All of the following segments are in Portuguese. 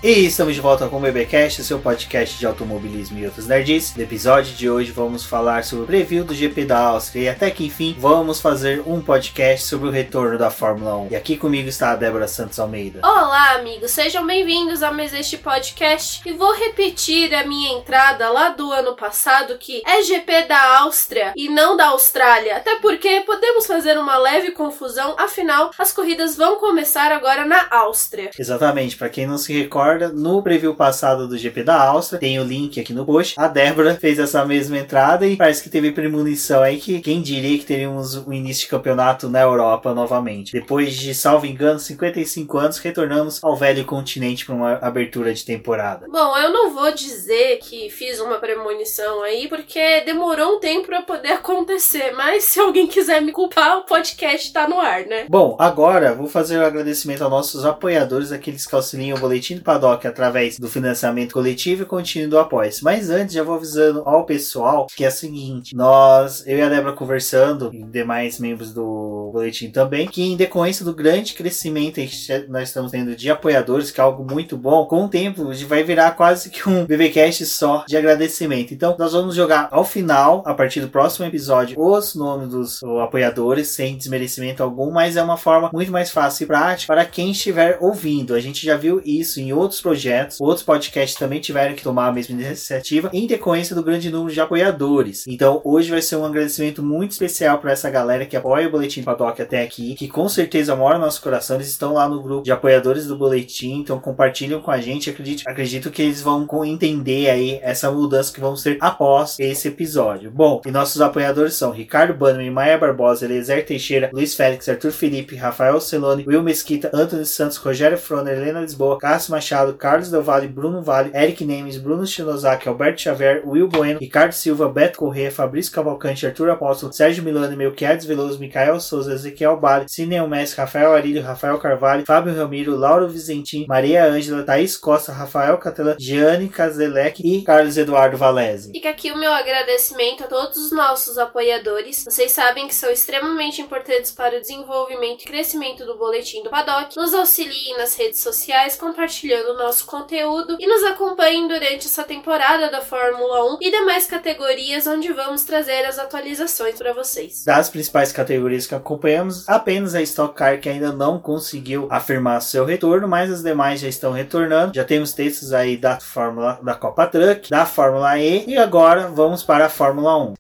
E estamos de volta com o BBcast, seu podcast de automobilismo e outros nerds. No episódio de hoje vamos falar sobre o preview do GP da Áustria e até que enfim vamos fazer um podcast sobre o retorno da Fórmula 1. E aqui comigo está a Débora Santos Almeida. Olá amigos, sejam bem-vindos a mais este podcast e vou repetir a minha entrada lá do ano passado que é GP da Áustria e não da Austrália, até porque podemos fazer uma leve confusão, afinal as corridas vão começar agora na Áustria. Exatamente, para quem não se recorda, no preview passado do GP da Áustria, tem o link aqui no post, a Débora fez essa mesma entrada e parece que teve premonição aí que quem diria que teríamos um início de campeonato na Europa novamente. Depois de, salvo engano, 55 anos, retornamos ao velho continente para uma abertura de temporada. Bom, eu não vou dizer que fiz uma premonição aí, porque demorou um tempo para poder acontecer, mas se alguém quiser me culpar, o podcast tá no ar, né? Bom, agora vou fazer um agradecimento aos nossos apoiadores, aqueles que auxiliam o Boletim do Paddock através do financiamento coletivo e contínuo do Apoia-se. Mas antes, já vou avisando ao pessoal que é o seguinte, eu e a Débora conversando, e demais membros do Boletim também, que em decorrência do grande crescimento que nós estamos tendo de apoiadores, que é algo muito bom, com o tempo vai virar quase que um BBcast só de agradecimento. Então, nós vamos jogar ao final, a partir do próximo episódio, os nomes dos apoiadores, sem desmerecimento algum, mas é uma forma muito mais fácil e prática para quem estiver ouvindo. A gente já viu isso em outros projetos, outros podcasts também tiveram que tomar a mesma iniciativa em decorrência do grande número de apoiadores. Então hoje vai ser um agradecimento muito especial para essa galera que apoia o Boletim Paddock até aqui, que com certeza mora no nosso coração. Eles estão lá no grupo de apoiadores do Boletim, então compartilham com a gente. Acredito que eles vão entender aí essa mudança que vamos ter após esse episódio. Bom, e nossos apoiadores são Ricardo Bannerman, Maia Barbosa, Eliezer Teixeira, Luiz Félix, Arthur Felipe, Rafael Celone, Will Mesquita, Antônio Santos, Rogério Froner, Helena Lisboa, Cássio Machado, Carlos Del Valle, Bruno Vale, Eric Nemes, Bruno Shinozaki, Alberto Xavier, Will Bueno, Ricardo Silva, Beto Corrêa, Fabrício Cavalcante, Arthur Apóstolo, Sérgio Milano, Melquiades Veloso, Micael Souza, Ezequiel Bale, Cineu Messi, Rafael Arilho, Rafael Carvalho, Fábio Ramiro, Lauro Vizentim, Maria Ângela, Thaís Costa, Rafael Catela, Gianni Cazelec e Carlos Eduardo Valese. Fica aqui o meu agradecimento a todos os nossos apoiadores. Vocês sabem que são extremamente importantes para o desenvolvimento e crescimento do Boletim do Paddock. Nos auxiliem nas redes sociais, compartilhando o nosso conteúdo e nos acompanhem durante essa temporada da Fórmula 1 e demais categorias onde vamos trazer as atualizações para vocês. Das principais categorias que acompanhamos, apenas a Stock Car que ainda não conseguiu afirmar seu retorno, mas as demais já estão retornando. Já temos textos aí da Copa Truck, da Fórmula E e agora vamos para a Fórmula 1.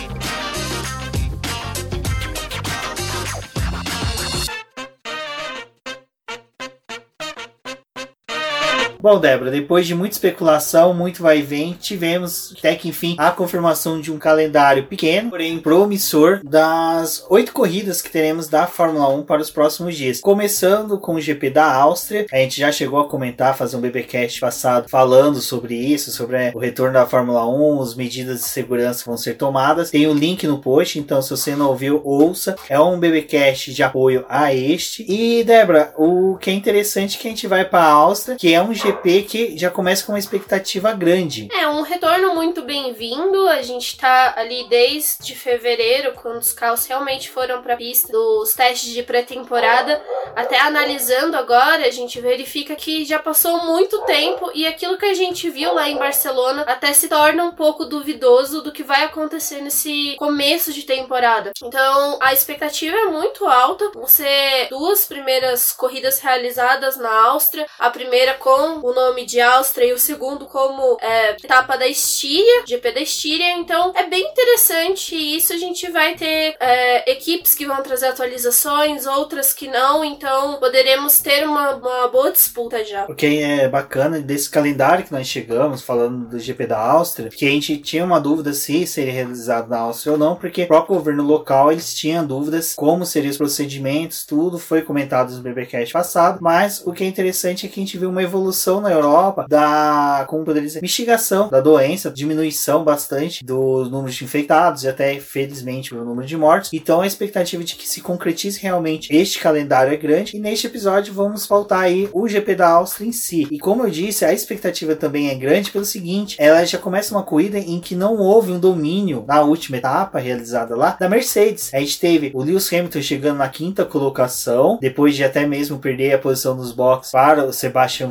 Bom, Débora, depois de muita especulação, muito vai e vem, tivemos até que enfim a confirmação de um calendário pequeno, porém promissor, das 8 corridas que teremos da Fórmula 1 para os próximos dias. Começando com o GP da Áustria, a gente já chegou a comentar, fazer um BBcast passado falando sobre isso, sobre o retorno da Fórmula 1, as medidas de segurança que vão ser tomadas. Tem o link no post, então se você não ouviu, ouça. É um BBcast de apoio a este. E, Débora, o que é interessante é que a gente vai para a Áustria, que é um GP que já começa com uma expectativa grande. É um retorno muito bem-vindo. A gente tá ali desde fevereiro, quando os carros realmente foram pra pista dos testes de pré-temporada. Até analisando agora, a gente verifica que já passou muito tempo e aquilo que a gente viu lá em Barcelona até se torna um pouco duvidoso do que vai acontecer nesse começo de temporada. Então, a expectativa é muito alta. Vão ser 2 primeiras corridas realizadas na Áustria. A primeira com o nome de Áustria e o segundo como etapa da Estíria, GP da Estíria. Então é bem interessante isso. A gente vai ter equipes que vão trazer atualizações, outras que não, então poderemos ter uma boa disputa já. O que é bacana desse calendário que nós chegamos, falando do GP da Áustria, que a gente tinha uma dúvida se seria realizado na Áustria ou não, porque o próprio governo local, eles tinham dúvidas como seriam os procedimentos, tudo foi comentado no BBcast passado, mas o que é interessante é que a gente viu uma evolução na Europa como poderia dizer, mitigação da doença, diminuição bastante do número de infectados e até, felizmente, o número de mortes. Então a expectativa de que se concretize realmente este calendário é grande, e neste episódio vamos pautar aí o GP da Áustria em si. E como eu disse, a expectativa também é grande pelo seguinte, ela já começa uma corrida em que não houve um domínio na última etapa realizada lá da Mercedes. A gente teve o Lewis Hamilton chegando na 5ª colocação, depois de até mesmo perder a posição nos boxes para o Sebastian Vettel,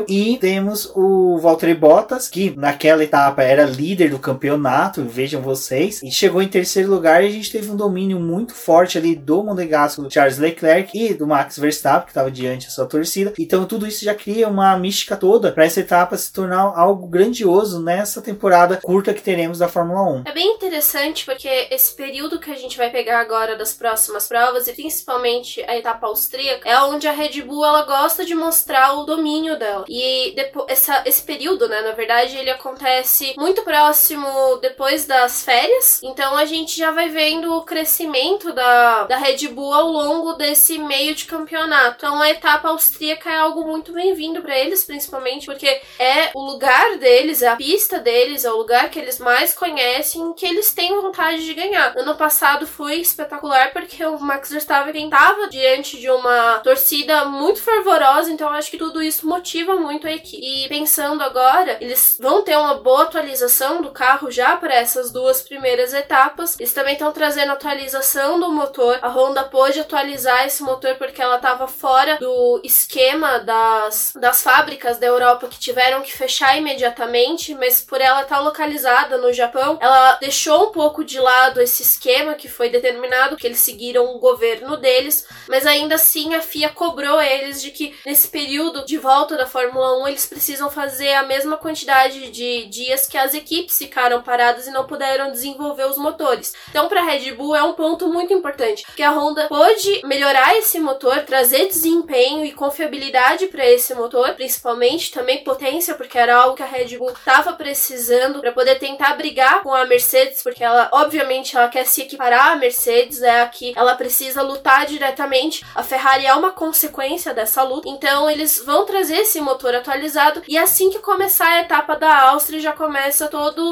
Vettel. E temos o Valtteri Bottas, que naquela etapa era líder do campeonato, vejam vocês, e chegou em terceiro lugar. E a gente teve um domínio muito forte ali do monegasco Charles Leclerc e do Max Verstappen, que estava diante da sua torcida. Então tudo isso já cria uma mística toda para essa etapa se tornar algo grandioso nessa temporada curta que teremos da Fórmula 1. É bem interessante porque esse período que a gente vai pegar agora das próximas provas, e principalmente a etapa austríaca, é onde a Red Bull ela gosta de mostrar o domínio dela. E depois, esse período, né, na verdade, ele acontece muito próximo depois das férias. Então a gente já vai vendo o crescimento da Red Bull ao longo desse meio de campeonato. Então a etapa austríaca é algo muito bem-vindo para eles, principalmente porque é o lugar deles, é a pista deles, é o lugar que eles mais conhecem, que eles têm vontade de ganhar. Ano passado foi espetacular porque o Max Verstappen estava diante de uma torcida muito fervorosa, então eu acho que tudo isso motiva muito a equipe. E pensando agora, eles vão ter uma boa atualização do carro já para essas duas primeiras etapas. Eles também estão trazendo atualização do motor. A Honda pôde atualizar esse motor porque ela estava fora do esquema das fábricas da Europa, que tiveram que fechar imediatamente, mas por ela estar localizada no Japão, ela deixou um pouco de lado esse esquema que foi determinado, que eles seguiram o governo deles, mas ainda assim a FIA cobrou eles de que nesse período de volta da Fórmula 1 eles precisam fazer a mesma quantidade de dias que as equipes ficaram paradas e não puderam desenvolver os motores. Então para a Red Bull é um ponto muito importante, porque a Honda pôde melhorar esse motor, trazer desempenho e confiabilidade para esse motor, principalmente também potência, porque era algo que a Red Bull estava precisando para poder tentar brigar com a Mercedes, porque ela, obviamente, ela quer se equiparar à Mercedes, é a que ela precisa lutar diretamente. A Ferrari é uma consequência dessa luta, então eles vão trazer esse motor atualizado, e assim que começar a etapa da Áustria, já começa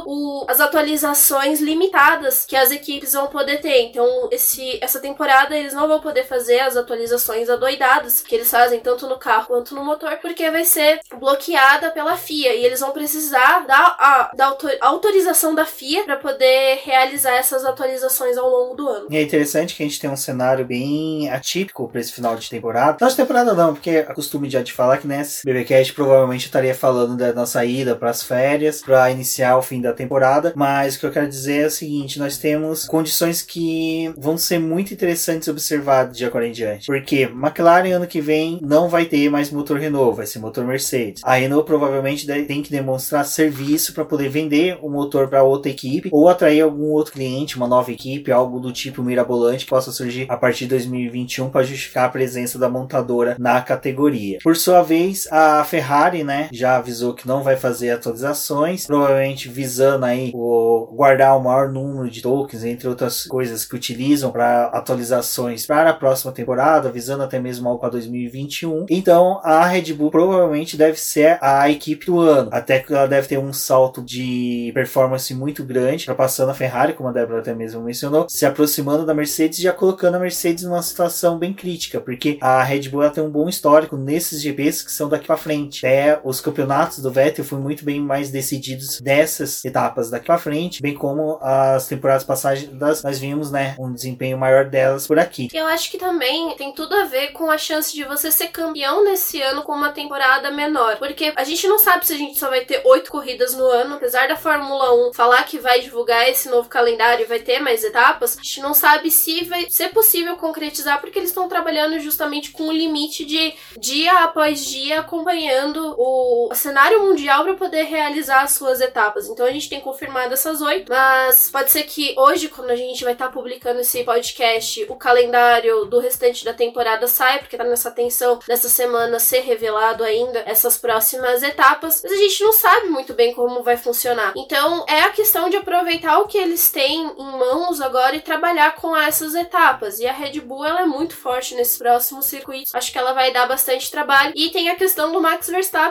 as atualizações limitadas que as equipes vão poder ter. Então, essa temporada eles não vão poder fazer as atualizações adoidadas que eles fazem tanto no carro quanto no motor, porque vai ser bloqueada pela FIA, e eles vão precisar da autorização da FIA para poder realizar essas atualizações ao longo do ano. E é interessante que a gente tem um cenário bem atípico para esse final de temporada. Não de temporada não, porque é costume já de falar que nesse BBcast provavelmente estaria falando da nossa ida para as férias, para iniciar o fim da temporada, mas o que eu quero dizer é o seguinte: nós temos condições que vão ser muito interessantes observadas de agora em diante, porque McLaren ano que vem não vai ter mais motor Renault, vai ser motor Mercedes. A Renault provavelmente tem que demonstrar serviço para poder vender o motor para outra equipe ou atrair algum outro cliente, uma nova equipe, algo do tipo mirabolante que possa surgir a partir de 2021 para justificar a presença da montadora na categoria. Por sua vez, a Ferrari, né, já avisou que não vai fazer atualizações, provavelmente visando aí guardar o maior número de tokens, entre outras coisas que utilizam para atualizações para a próxima temporada, visando até mesmo algo para 2021. Então, a Red Bull provavelmente deve ser a equipe do ano, até que ela deve ter um salto de performance muito grande, passando a Ferrari, como a Débora até mesmo mencionou, se aproximando da Mercedes e já colocando a Mercedes numa situação bem crítica, porque a Red Bull ela tem um bom histórico nesses GPs que são daqui para frente. Os campeonatos do Vettel foram muito bem mais decididos nessas etapas daqui para frente, bem como as temporadas passadas nós vimos, né, um desempenho maior delas por aqui. Eu acho que também tem tudo a ver com a chance de você ser campeão nesse ano com uma temporada menor, porque a gente não sabe se a gente só vai ter 8 corridas no ano, apesar da Fórmula 1 falar que vai divulgar esse novo calendário e vai ter mais etapas, a gente não sabe se vai ser possível concretizar, porque eles estão trabalhando justamente com o limite de dia após dia acompanhando o cenário mundial para poder realizar as suas etapas. Então a gente tem confirmado essas 8, mas pode ser que hoje, quando a gente vai estar publicando esse podcast, o calendário do restante da temporada saia, porque tá nessa tensão dessa semana ser revelado ainda essas próximas etapas, mas a gente não sabe muito bem como vai funcionar. Então é a questão de aproveitar o que eles têm em mãos agora e trabalhar com essas etapas. E a Red Bull ela é muito forte nesses próximos circuitos, acho que ela vai dar bastante trabalho. E tem a questão do Max Verstappen, que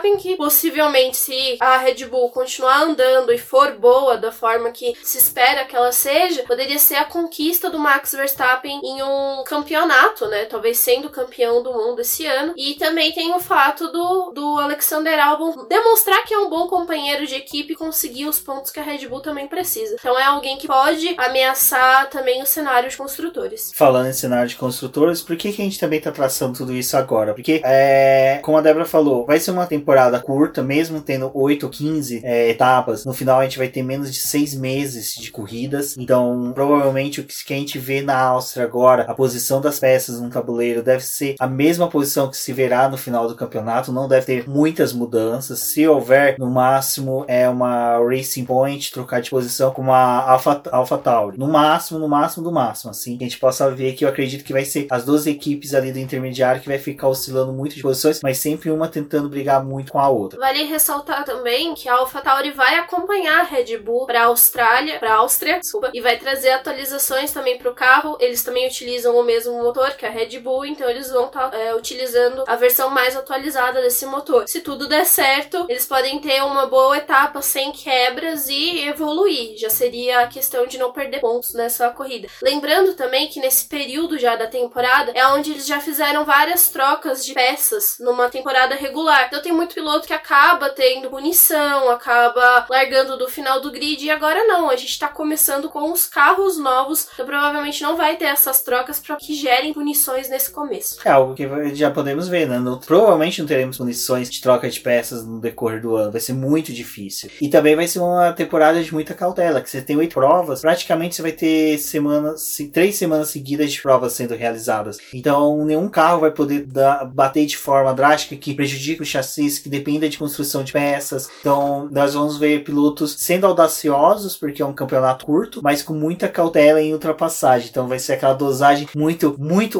possivelmente, se a Red Bull continuar andando e for boa da forma que se espera que ela seja, poderia ser a conquista do Max Verstappen em um campeonato, né? Talvez sendo campeão do mundo esse ano. E também tem o fato do Alexander Albon demonstrar que é um bom companheiro de equipe e conseguir os pontos que a Red Bull também precisa. Então é alguém que pode ameaçar também o cenário de construtores. Falando em cenário de construtores, por que a gente também tá traçando tudo isso agora? Porque, como a Débora falou, vai ser uma temporada curta, mesmo tendo 8 ou 15 etapas. No final a gente vai ter menos de 6 meses de corridas. Então, provavelmente o que a gente vê na Áustria agora, a posição das peças no tabuleiro deve ser a mesma posição que se verá no final do campeonato. Não deve ter muitas mudanças. Se houver, no máximo, uma Racing Point trocar de posição com uma AlphaTauri. No máximo, assim, que a gente possa ver que eu acredito que vai ser as duas equipes ali do intermediário que vai ficar oscilando muito de posições, mas sempre uma tentando brigar muito com a outra. Vale ressaltar também que a AlphaTauri vai acompanhar a Red Bull para Áustria, e vai trazer atualizações também para o carro. Eles também utilizam o mesmo motor que a Red Bull, então eles vão estar utilizando a versão mais atualizada desse motor. Se tudo der certo, eles podem ter uma boa etapa sem quebras e evoluir. Já seria a questão de não perder pontos nessa corrida. Lembrando também que nesse período já da temporada é onde eles já fizeram várias trocas de peças numa temporada regular. Então tem muito piloto que acaba tendo punição, acaba largando do final do grid, e agora não, a gente tá começando com os carros novos, então provavelmente não vai ter essas trocas para que gerem punições nesse começo. É algo que já podemos ver, né? Provavelmente não teremos punições de troca de peças no decorrer do ano, vai ser muito difícil. E também vai ser uma temporada de muita cautela, que você tem 8 provas, praticamente você vai ter 3 semanas seguidas de provas sendo realizadas. Então nenhum carro vai poder bater de forma drástica que prejudique o chassi, que dependa de construção de peças. Então nós vamos ver pilotos sendo audaciosos, porque é um campeonato curto, mas com muita cautela em ultrapassagem. Então vai ser aquela dosagem muito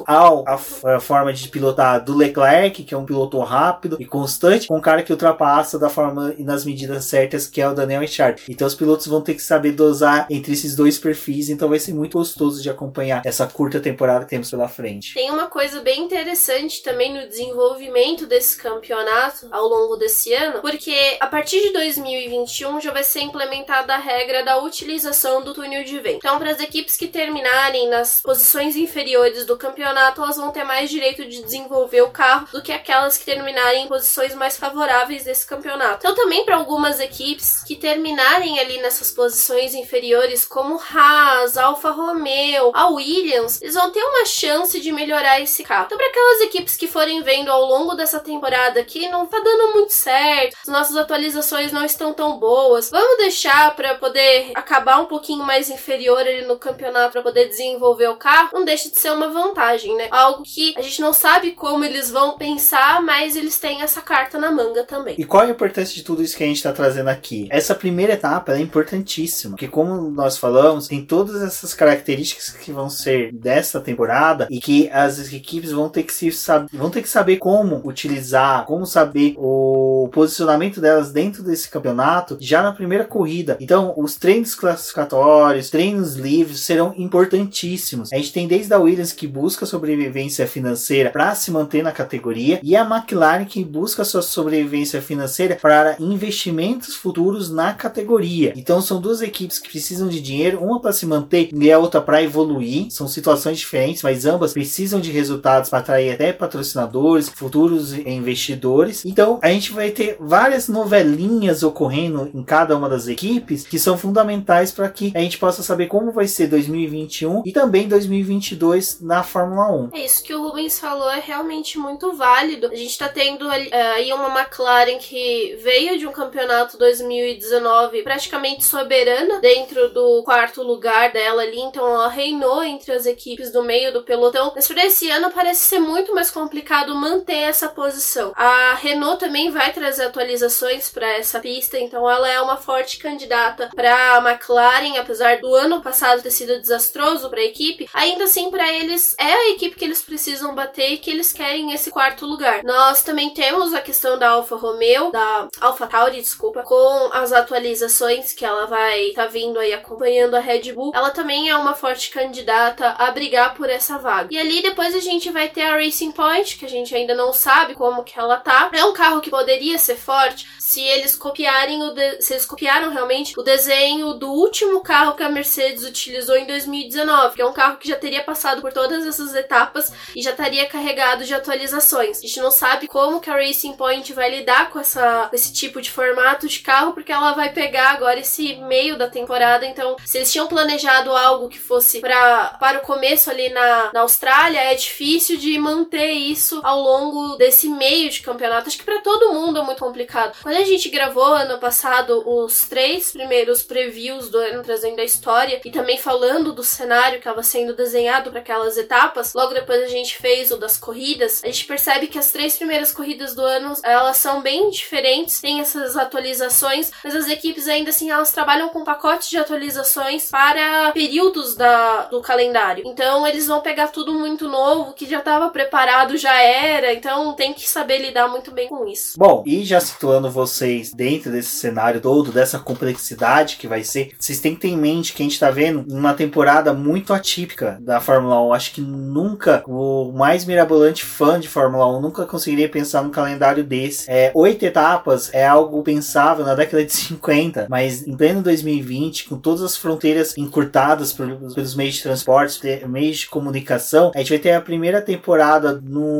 a forma de pilotar do Leclerc, que é um piloto rápido e constante, com um cara que ultrapassa da forma e nas medidas certas, que é o Daniel Ricciardo. Então os pilotos vão ter que saber dosar entre esses dois perfis, então vai ser muito gostoso de acompanhar essa curta temporada que temos pela frente. Tem uma coisa bem interessante também no desenvolvimento desse campeonato ao longo desse ano, porque a partir de 2021 já vai ser implementada a regra da utilização do túnel de vento. Então, para as equipes que terminarem nas posições inferiores do campeonato, elas vão ter mais direito de desenvolver o carro do que aquelas que terminarem em posições mais favoráveis desse campeonato. Então, também para algumas equipes que terminarem ali nessas posições inferiores, como Haas, Alfa Romeo, a Williams, eles vão ter uma chance de melhorar esse carro. Então, para aquelas equipes que forem vendo ao longo dessa temporada que não tá dando muito certo, as nossas atualizações não estão tão boas, vamos deixar para poder acabar um pouquinho mais inferior ali no campeonato para poder desenvolver o carro, não deixa de ser uma vantagem, né? Algo que a gente não sabe como eles vão pensar, mas eles têm essa carta na manga também. E qual a importância de tudo isso que a gente está trazendo aqui? Essa primeira etapa é importantíssima, porque como nós falamos, tem todas essas características que vão ser dessa temporada e que as equipes vão ter que saber como utilizar, como saber o posicionamento delas dentro desse campeonato já na primeira corrida. Então, os treinos classificatórios, treinos livres serão importantíssimos. A gente tem desde a Williams, que busca sobrevivência financeira para se manter na categoria, e a McLaren, que busca sua sobrevivência financeira para investimentos futuros na categoria. Então, são duas equipes que precisam de dinheiro, uma para se manter e a outra para evoluir. São situações diferentes, mas ambas precisam de resultados para atrair até patrocinadores, futuros investidores. Então, a gente vai ter várias novelinhas ocorrendo em cada uma das equipes que são fundamentais para que a gente possa saber como vai ser 2021 e também 2022 na Fórmula 1. É isso que o Rubens falou, é realmente muito válido. A gente está tendo aí uma McLaren que veio de um campeonato 2019 praticamente soberana dentro do quarto lugar dela ali, então ela reinou entre as equipes do meio do pelotão. Mas para esse ano parece ser muito mais complicado manter essa posição. A Renault também vai trazer atualizações para essa pista, então ela é uma forte candidata para a McLaren, apesar do ano passado ter sido desastroso para a equipe. Ainda assim, para eles é a equipe que eles precisam bater e que eles querem esse quarto lugar. Nós também temos a questão da Alfa Romeo, da AlphaTauri, desculpa, com as atualizações que ela vai estar vindo aí acompanhando a Red Bull. Ela também é uma forte candidata a brigar por essa vaga. E ali depois a gente vai ter a Racing Point, que a gente ainda não sabe como que ela tá. É um carro que poderia poderia ser forte se eles se eles copiaram realmente o desenho do último carro que a Mercedes utilizou em 2019, que é um carro que já teria passado por todas essas etapas e já estaria carregado de atualizações. A gente não sabe como que a Racing Point vai lidar com esse tipo de formato de carro, porque ela vai pegar agora esse meio da temporada. Então, se eles tinham planejado algo que fosse para o começo ali na Austrália, é difícil de manter isso ao longo desse meio de campeonato. Acho que para todo mundo é muito complicado. Quando a gente gravou ano passado os 3 primeiros previews do ano, trazendo a história e também falando do cenário que estava sendo desenhado para aquelas etapas, logo depois a gente fez o das corridas, a gente percebe que as 3 primeiras corridas do ano, elas são bem diferentes, tem essas atualizações, mas as equipes ainda assim, elas trabalham com pacotes de atualizações para períodos do calendário. Então eles vão pegar tudo muito novo, que já estava preparado, já era, então tem que saber lidar muito bem com isso. Bom, e já situando vocês dentro desse cenário todo, dessa complexidade que vai ser, vocês têm que ter em mente que a gente tá vendo uma temporada muito atípica da Fórmula 1. Acho que nunca o mais mirabolante fã de Fórmula 1 nunca conseguiria pensar num calendário desse. 8 etapas é algo pensável na década de 50, mas em pleno 2020, com todas as fronteiras encurtadas pelos meios de transporte, meios de comunicação, a gente vai ter a primeira temporada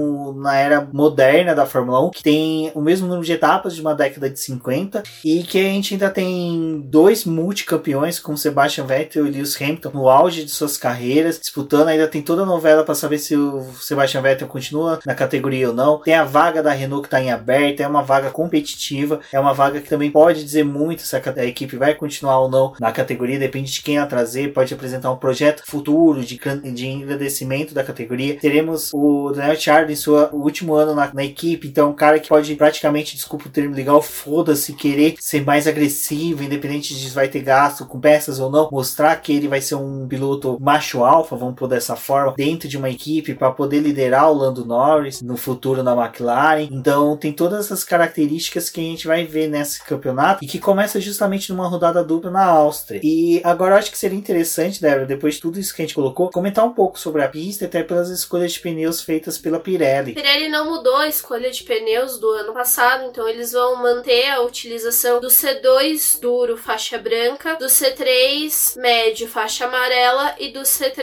na era moderna da Fórmula 1, que tem o mesmo número de etapas de uma década de 50, e que a gente ainda tem 2 multicampeões, com Sebastian Vettel e Lewis Hamilton no auge de suas carreiras, disputando. Ainda tem toda a novela para saber se o Sebastian Vettel continua na categoria ou não. Tem a vaga da Renault que está em aberto, é uma vaga competitiva, é uma vaga que também pode dizer muito se a equipe vai continuar ou não na categoria, depende de quem a trazer, pode apresentar um projeto futuro de engrandecimento da categoria. Teremos o Daniel Ricciardo em seu último ano na equipe, então um cara que pode praticamente, desculpa o termo legal, foda-se, querer ser mais agressivo, independente de se vai ter gasto com peças ou não, mostrar que ele vai ser um piloto macho alfa, vamos pôr dessa forma, dentro de uma equipe para poder liderar o Lando Norris no futuro na McLaren. Então tem todas essas características que a gente vai ver nesse campeonato e que começa justamente numa rodada dupla na Áustria. E agora eu acho que seria interessante, Débora, depois de tudo isso que a gente colocou, comentar um pouco sobre a pista, até pelas escolhas de pneus feitas pela Pirelli. Pirelli não mudou a escolha de pneus do ano passado, então eles vão manter a utilização do C2 duro faixa branca, do C3 médio faixa amarela e do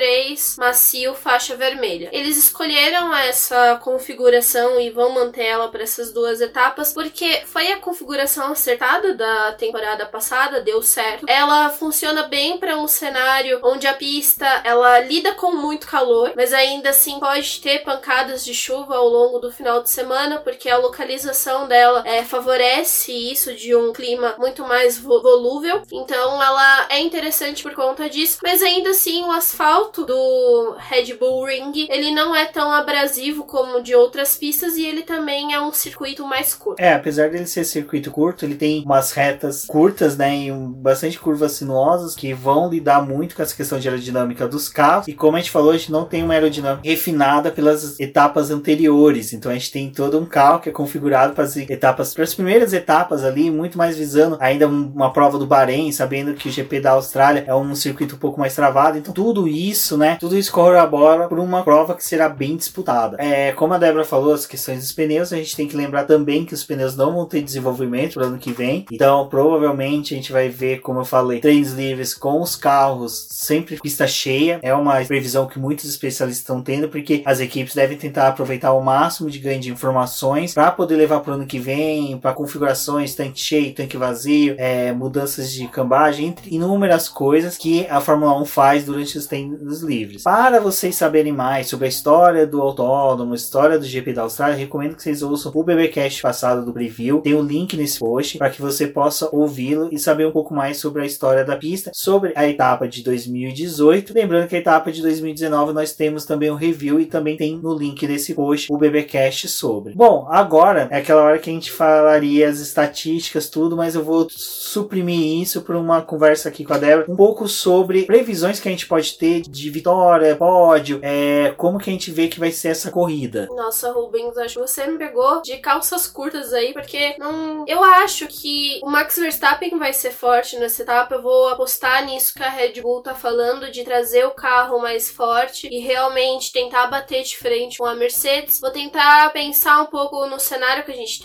C3 macio faixa vermelha. Eles escolheram essa configuração e vão manter ela para essas 2 etapas porque foi a configuração acertada da temporada passada, deu certo. Ela funciona bem para um cenário onde a pista ela lida com muito calor, mas ainda assim pode ter pancadas de chuva ao longo do final de semana, porque a localização dela favorece isso de um clima muito mais volúvel, então ela é interessante por conta disso, mas ainda assim o asfalto do Red Bull Ring, ele não é tão abrasivo como de outras pistas e ele também é um circuito mais curto. Apesar dele ser circuito curto, ele tem umas retas curtas, né, e bastante curvas sinuosas que vão lidar muito com essa questão de aerodinâmica dos carros, e como a gente falou, a gente não tem uma aerodinâmica refinada pelas etapas anteriores, então a gente tem todo um carro que é configurado para as primeiras etapas ali, muito mais visando ainda uma prova do Bahrein, sabendo que o GP da Austrália é um circuito um pouco mais travado, então tudo isso corrobora por uma prova que será bem disputada. Como a Débora falou, as questões dos pneus, a gente tem que lembrar também que os pneus não vão ter desenvolvimento para o ano que vem, então provavelmente a gente vai ver, como eu falei, treinos livres com os carros sempre pista cheia, é uma previsão que muitos especialistas estão tendo, porque as equipes devem tentar aproveitar o máximo de ganho de informações para poder levar para o ano que vem, para configurações, tanque cheio, tanque vazio, mudanças de cambagem, entre inúmeras coisas que a Fórmula 1 faz durante os treinos livres. Para vocês saberem mais sobre a história do autódromo, a história do GP da Austrália, recomendo que vocês ouçam o BBcast passado do preview, tem o link nesse post para que você possa ouvi-lo e saber um pouco mais sobre a história da pista, sobre a etapa de 2018. Lembrando que a etapa de 2019 nós temos também um review e também tem no link desse post o BBcast sobre. Bom, agora é aquela hora que a gente falaria as estatísticas, tudo, mas eu vou suprimir isso por uma conversa aqui com a Débora, um pouco sobre previsões que a gente pode ter de vitória, pódio, como que a gente vê que vai ser essa corrida. Nossa, Rubens, acho que você me pegou de calças curtas aí, porque eu acho que o Max Verstappen vai ser forte nessa etapa. Eu vou apostar nisso que a Red Bull tá falando, de trazer o carro mais forte e realmente tentar bater de frente com a Mercedes. Vou tentar pensar um pouco no cenário que a gente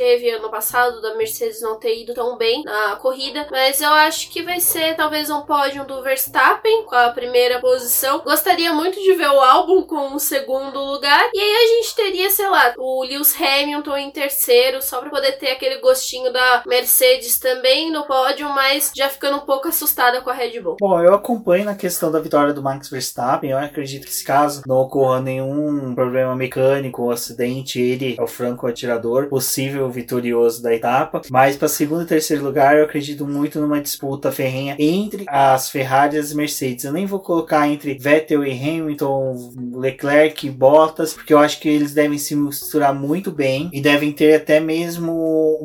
teve ano passado, da Mercedes não ter ido tão bem na corrida, mas eu acho que vai ser talvez um pódio do Verstappen com a primeira posição. Gostaria muito de ver o Albon com o segundo lugar, e aí a gente teria, sei lá, o Lewis Hamilton em terceiro, só pra poder ter aquele gostinho da Mercedes também no pódio, mas já ficando um pouco assustada com a Red Bull. Bom, eu acompanho na questão da vitória do Max Verstappen. Eu acredito que se caso não ocorra nenhum problema mecânico ou acidente, ele é o franco atirador possível vitorioso da etapa. Mas para segundo e terceiro lugar, eu acredito muito numa disputa ferrenha entre as Ferrari e as Mercedes. Eu nem vou colocar entre Vettel e Hamilton, Leclerc e Bottas, porque eu acho que eles devem se misturar muito bem e devem ter até mesmo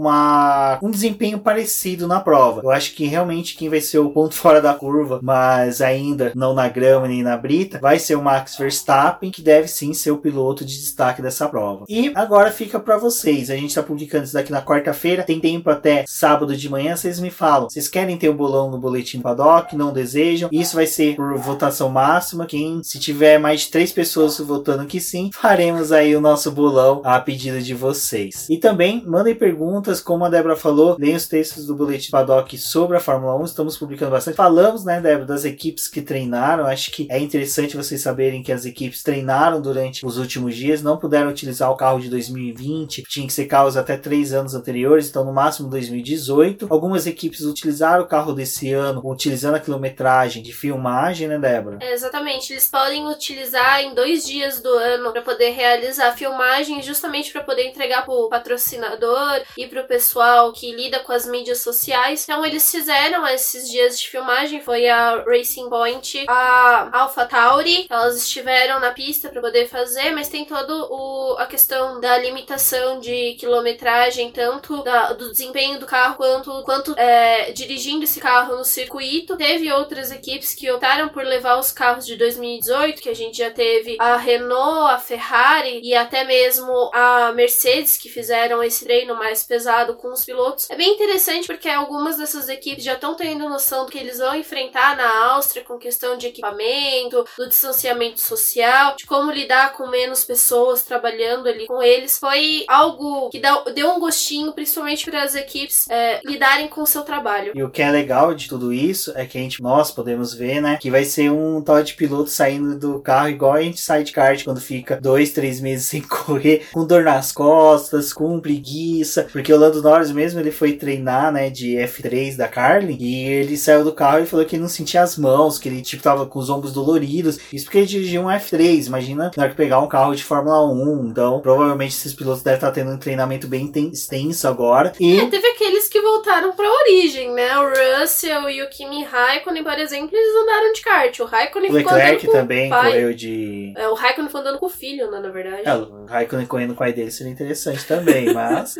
um desempenho parecido na prova. Eu acho que realmente quem vai ser o ponto fora da curva, mas ainda não na grama nem na brita, vai ser o Max Verstappen, que deve sim ser o piloto de destaque dessa prova. E agora fica para vocês. A gente está publicando isso daqui na quarta-feira, tem tempo até sábado de manhã. Vocês me falam, vocês querem ter o bolão no Boletim Paddock? Não desejam? Isso vai ser por votação máxima. Se tiver mais de 3 pessoas votando que sim, faremos aí o nosso bolão a pedido de vocês. E também mandem perguntas, como a Débora falou, leem os textos do Boletim Paddock sobre a Fórmula 1, estamos publicando bastante. Falamos, né, Débora, das equipes que treinaram. Acho que é interessante vocês saberem que as equipes treinaram durante os últimos dias, não puderam utilizar o carro de 2020, tinha que ser carros até 3 anos anteriores, então no máximo 2018. Algumas equipes utilizaram o carro desse ano, utilizando a quilometragem de filmagem, né, Débora? Exatamente, eles podem utilizar em 2 dias do ano para poder realizar a filmagem, justamente para poder entregar para o patrocinador e para o pessoal que lida com as mídias sociais. Então eles fizeram esses dias de filmagem, foi a Racing Point, a AlphaTauri, elas estiveram na pista para poder fazer, mas tem toda a questão da limitação de quilometragem, tanto do desempenho do carro quanto dirigindo esse carro no circuito. Teve outras equipes que optaram por levar os carros de 2018, que a gente já teve a Renault, a Ferrari e até mesmo a Mercedes, que fizeram esse treino mais pesado com os pilotos. É bem interessante porque algumas dessas equipes já estão tendo noção do que eles vão enfrentar na Áustria com questão de equipamento, do distanciamento social, de como lidar com menos pessoas trabalhando ali com eles. Foi algo que deu um gostinho, principalmente para as equipes lidarem com o seu trabalho. E o que é legal de tudo isso é que nós podemos ver, né, que vai ser um tal de piloto saindo do carro igual a gente sai de kart quando fica 2, 3 meses sem correr, com dor nas costas, com preguiça, porque o Lando Norris mesmo, ele foi treinar, né, de F3 da Carlin, e ele saiu do carro e falou que ele não sentia as mãos, que ele tava com os ombros doloridos, isso porque ele dirigia um F3, imagina na hora que pegar um carro de Fórmula 1, então provavelmente esses pilotos devem estar tendo um treinamento bem extenso agora. E teve aqueles que voltaram pra origem, né, o Russell e o Kimi Raikkonen, por exemplo, eles andaram de kart, o Raikkonen ficou andando Leclerc com também o pai. correu de... o Raikkonen ficou andando com o filho, né, na verdade. O Raikkonen correndo com o pai dele seria interessante também, mas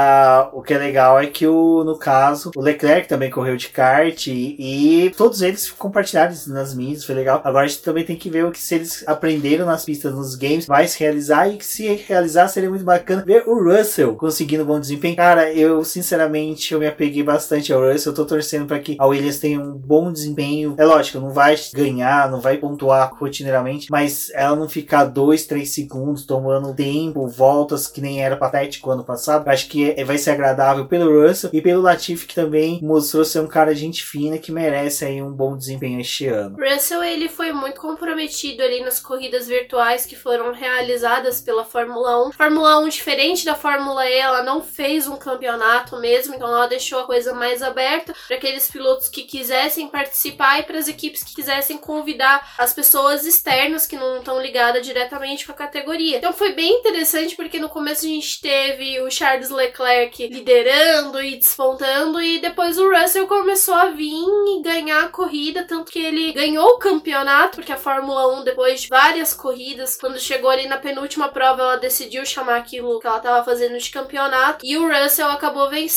o que é legal é que no caso, o Leclerc também correu de kart e todos eles compartilharam isso nas mídias, foi legal. Agora a gente também tem que ver o que se eles aprenderam nas pistas, nos games, vai se realizar, e que se realizar seria muito bacana ver o Russell conseguindo bom desempenho. Cara, eu sinceramente me apeguei bastante ao Russell, eu tô torcendo para que a Williams tenha um bom desempenho. É lógico, não vai ganhar, não vai pontuar rotineiramente, mas ela não ficar 2, 3 segundos tomando tempo, voltas que nem era patético ano passado. Eu acho que vai ser agradável pelo Russell e pelo Latifi, que também mostrou ser um cara de gente fina que merece aí um bom desempenho este ano. Russell, ele foi muito comprometido ali nas corridas virtuais que foram realizadas pela Fórmula 1. Fórmula 1, diferente da Fórmula E, ela não fez um campeonato mesmo, então ela deixou a coisa mais aberta para aqueles pilotos que quisessem participar e para as equipes que quisessem convidar as pessoas externas que não estão ligadas diretamente com a categoria. Então foi bem interessante porque no começo a gente teve o Charles Leclerc liderando e despontando, e depois o Russell começou a vir e ganhar a corrida, tanto que ele ganhou o campeonato, porque a Fórmula 1, depois de várias corridas, quando chegou ali na penúltima prova, ela decidiu chamar aquilo que ela estava fazendo de campeonato, e o Russell acabou vencendo. O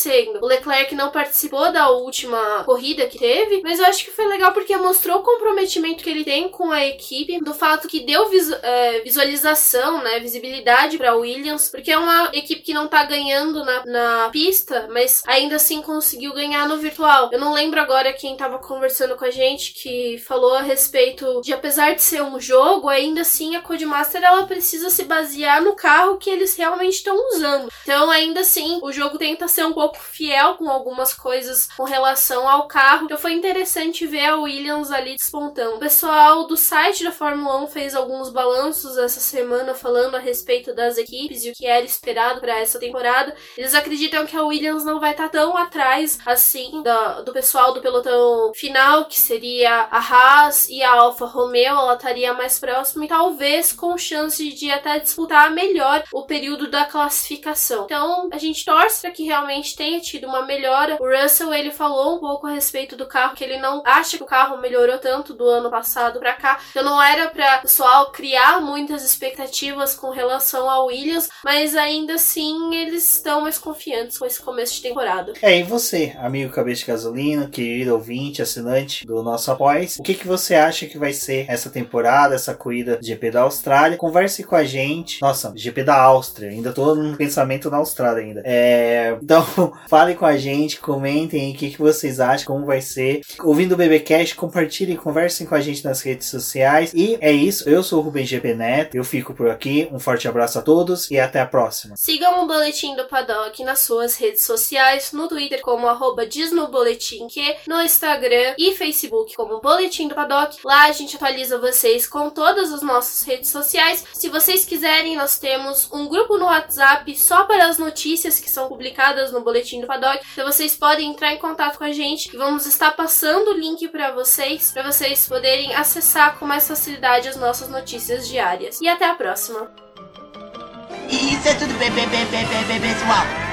Leclerc não participou da última corrida que teve, mas eu acho que foi legal porque mostrou o comprometimento que ele tem com a equipe, do fato que deu visualização, né, visibilidade pra Williams, porque é uma equipe que não tá ganhando na pista, mas ainda assim conseguiu ganhar no virtual. Eu não lembro agora quem tava conversando com a gente que falou a respeito de, apesar de ser um jogo, ainda assim a Codemaster ela precisa se basear no carro que eles realmente estão usando. Então, ainda assim, o jogo tenta ser um pouco fiel com algumas coisas com relação ao carro. Então foi interessante ver a Williams ali despontando. O pessoal do site da Fórmula 1 fez alguns balanços essa semana falando a respeito das equipes e o que era esperado para essa temporada. Eles acreditam que a Williams não vai estar tão atrás assim do pessoal do pelotão final, que seria a Haas e a Alfa Romeo. Ela estaria mais próxima e talvez com chance de até disputar melhor o período da classificação. Então a gente torce para que realmente tenha tido uma melhora. O Russell, ele falou um pouco a respeito do carro, que ele não acha que o carro melhorou tanto do ano passado para cá. Então não era para o pessoal criar muitas expectativas com relação ao Williams, mas ainda assim eles estão mais confiantes com esse começo de temporada. E você, amigo Cabeça de Gasolina, querido ouvinte, assinante do nosso Apoia, o que você acha que vai ser essa temporada, essa corrida GP da Austrália? Converse com a gente. Nossa, GP da Áustria, ainda tô no pensamento na Austrália ainda. Então, falem com a gente, comentem aí o que vocês acham, como vai ser. Ouvindo o BBcast, compartilhem, conversem com a gente nas redes sociais. E é isso, eu sou o Rubem GP Neto, eu fico por aqui, um forte abraço a todos e até a próxima. Sigam o Boletim do Paddock nas suas redes sociais, no Twitter como @DiznoBoletimQ, no Instagram e Facebook como Boletim do Paddock. Lá a gente atualiza vocês com todas as nossas redes sociais. Se vocês quiserem, nós temos um grupo no WhatsApp só para as notícias que são publicadas no Boletim do Paddock. Então vocês podem entrar em contato com a gente e vamos estar passando o link para vocês poderem acessar com mais facilidade as nossas notícias diárias. E até a próxima! Isso é tudo, pessoal.